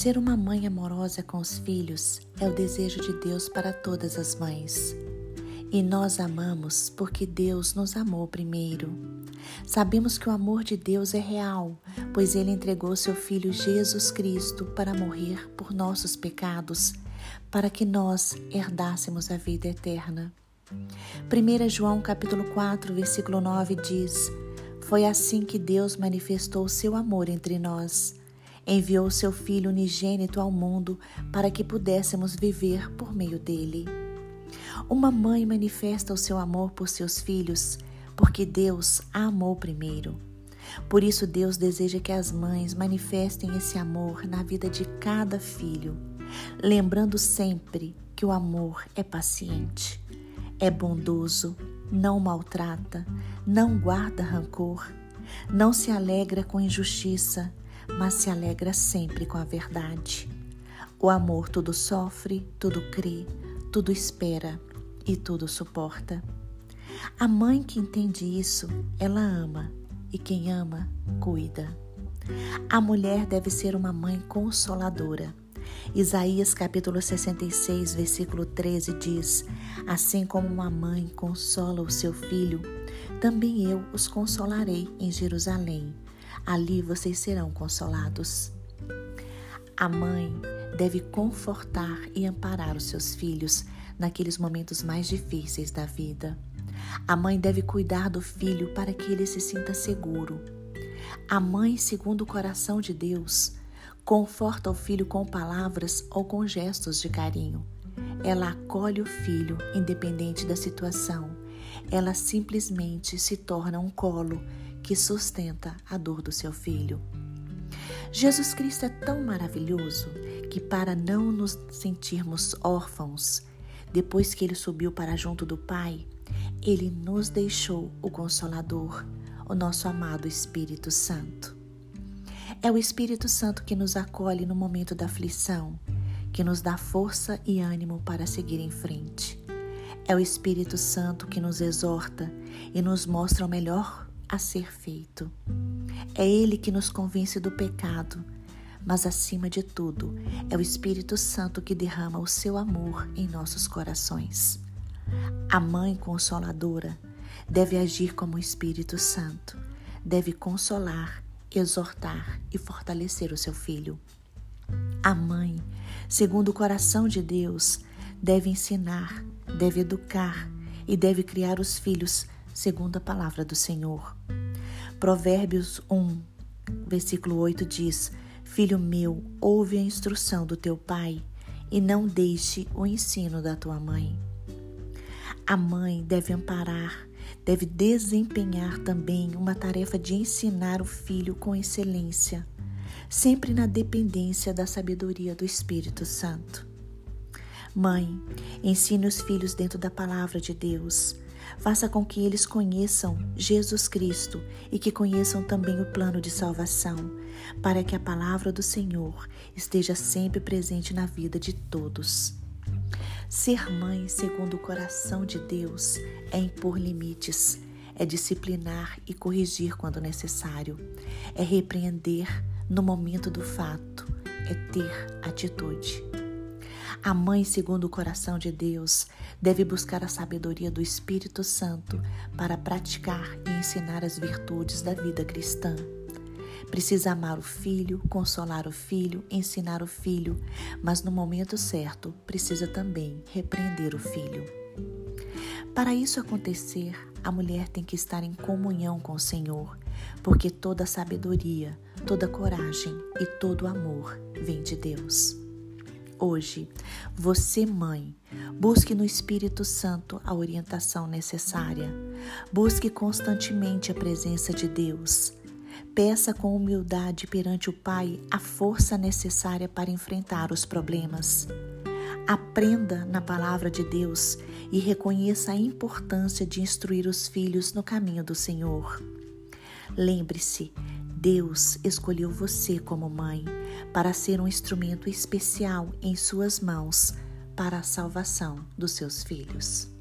Ser uma mãe amorosa com os filhos é o desejo de Deus para todas as mães. E nós amamos porque Deus nos amou primeiro. Sabemos que o amor de Deus é real, pois Ele entregou seu Filho Jesus Cristo para morrer por nossos pecados, para que nós herdássemos a vida eterna. 1 João capítulo 4, versículo 9 diz: Foi assim que Deus manifestou o seu amor entre nós. Enviou seu Filho unigênito ao mundo para que pudéssemos viver por meio dele. Uma mãe manifesta o seu amor por seus filhos porque Deus a amou primeiro. Por isso Deus deseja que as mães manifestem esse amor na vida de cada filho, lembrando sempre que o amor é paciente, é bondoso, não maltrata, não guarda rancor, não se alegra com injustiça, mas se alegra sempre com a verdade. O amor tudo sofre, tudo crê, tudo espera e tudo suporta. A mãe que entende isso, ela ama, e quem ama, cuida. A mulher deve ser uma mãe consoladora. Isaías capítulo 66, versículo 13 diz: Assim como uma mãe consola o seu filho, também eu os consolarei em Jerusalém. Ali vocês serão consolados. A mãe deve confortar e amparar os seus filhos naqueles momentos mais difíceis da vida. A mãe deve cuidar do filho para que ele se sinta seguro. A mãe, segundo o coração de Deus, conforta o filho com palavras ou com gestos de carinho. Ela acolhe o filho, independente da situação. Ela simplesmente se torna um colo que sustenta a dor do seu filho. Jesus Cristo é tão maravilhoso que, para não nos sentirmos órfãos, depois que Ele subiu para junto do Pai, Ele nos deixou o Consolador, o nosso amado Espírito Santo. É o Espírito Santo que nos acolhe no momento da aflição, que nos dá força e ânimo para seguir em frente. É o Espírito Santo que nos exorta e nos mostra o melhor a ser feito. É Ele que nos convence do pecado, mas acima de tudo, é o Espírito Santo que derrama o seu amor em nossos corações. A mãe consoladora deve agir como o Espírito Santo, deve consolar, exortar e fortalecer o seu filho. A mãe, segundo o coração de Deus, deve ensinar, deve educar e deve criar os filhos segundo a palavra do Senhor. Provérbios 1, versículo 8 diz: Filho meu, ouve a instrução do teu pai e não deixe o ensino da tua mãe. A mãe deve amparar, deve desempenhar também uma tarefa de ensinar o filho com excelência, sempre na dependência da sabedoria do Espírito Santo. Mãe, ensine os filhos dentro da palavra de Deus. Faça com que eles conheçam Jesus Cristo e que conheçam também o plano de salvação, para que a palavra do Senhor esteja sempre presente na vida de todos. Ser mãe segundo o coração de Deus é impor limites, é disciplinar e corrigir quando necessário, é repreender no momento do fato, é ter atitude. A mãe, segundo o coração de Deus, deve buscar a sabedoria do Espírito Santo para praticar e ensinar as virtudes da vida cristã. Precisa amar o filho, consolar o filho, ensinar o filho, mas no momento certo precisa também repreender o filho. Para isso acontecer, a mulher tem que estar em comunhão com o Senhor, porque toda sabedoria, toda coragem e todo amor vem de Deus. Hoje, você, mãe, busque no Espírito Santo a orientação necessária. Busque constantemente a presença de Deus. Peça com humildade perante o Pai a força necessária para enfrentar os problemas. Aprenda na palavra de Deus e reconheça a importância de instruir os filhos no caminho do Senhor. Lembre-se, Deus escolheu você como mãe para ser um instrumento especial em suas mãos para a salvação dos seus filhos.